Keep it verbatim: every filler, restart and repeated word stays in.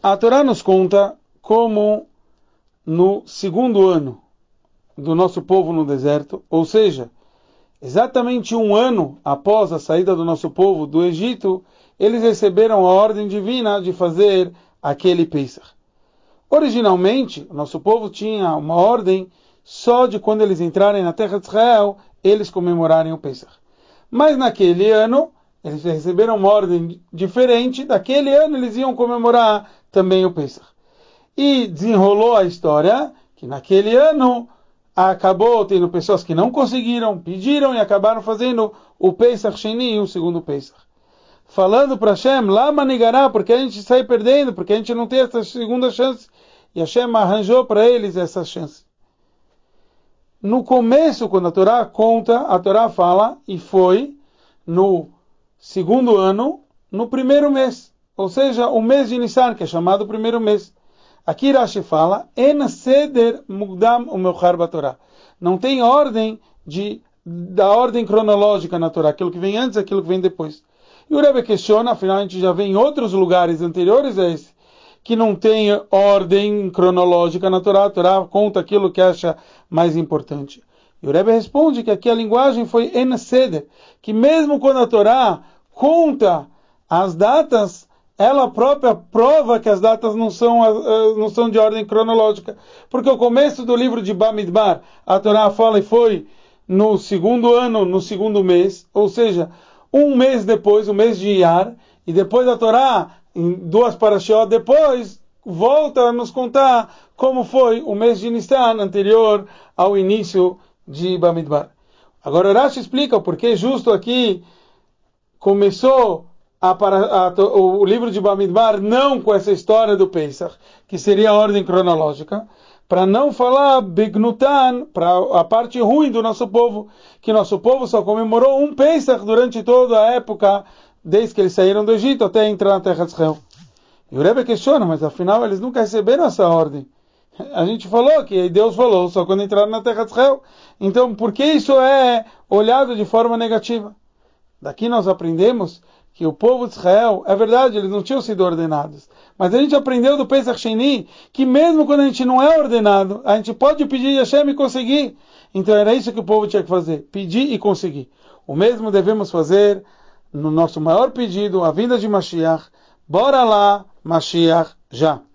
A Torá nos conta como no segundo ano do nosso povo no deserto, ou seja, exatamente um ano após a saída do nosso povo do Egito, eles receberam a ordem divina de fazer aquele Pesach. Originalmente, o nosso povo tinha uma ordem só de quando eles entrarem na terra de Israel, eles comemorarem o Pesach. Mas naquele ano, eles receberam uma ordem diferente, daquele ano eles iam comemorar também o Pesach. E desenrolou a história que naquele ano acabou tendo pessoas que não conseguiram, pediram e acabaram fazendo o Pesach Sheni, o segundo Pesach. Falando para Hashem, Lama Nigará, porque a gente sai perdendo, porque a gente não tem essa segunda chance. E Hashem arranjou para eles essa chance. No começo, quando a Torá conta, a Torá fala, e foi no segundo ano, no primeiro mês. Ou seja, o mês de Nissan, que é chamado primeiro mês. Aqui Rashi fala, En Seder Mugdam Umeuchar Batorá. Não tem ordem de, da ordem cronológica na Torá, aquilo que vem antes, aquilo que vem depois. E o Rebbe questiona, afinal a gente já vê em outros lugares anteriores a esse, que não tem ordem cronológica na Torá, a Torá conta aquilo que acha mais importante. E o Rebbe responde que aqui a linguagem foi En Seder, que mesmo quando a Torá conta as datas, ela própria prova que as datas não são, não são de ordem cronológica. Porque o começo do livro de Bamidbar, a Torá fala e foi no segundo ano, no segundo mês, ou seja, um mês depois, o mês de Iyar, e depois a Torá, em duas parashiot, depois volta a nos contar como foi o mês de Nissan anterior ao início de Bamidbar. Agora Rashi explica o porquê justo aqui começou a, a, a, o livro de Bamidbar não com essa história do Pesach, que seria a ordem cronológica, para não falar Bignutan, para a parte ruim do nosso povo, que nosso povo só comemorou um Pesach durante toda a época, desde que eles saíram do Egito até entrar na terra de Israel. E o Rebbe questiona, mas afinal eles nunca receberam essa ordem. A gente falou que Deus falou só quando entraram na terra de Israel. Então, por que isso é olhado de forma negativa? Daqui nós aprendemos que o povo de Israel, é verdade, eles não tinham sido ordenados. Mas a gente aprendeu do Pesach Sheni que mesmo quando a gente não é ordenado, a gente pode pedir a Hashem e conseguir. Então era isso que o povo tinha que fazer, pedir e conseguir. O mesmo devemos fazer no nosso maior pedido, a vinda de Mashiach. Bora lá, Mashiach, já.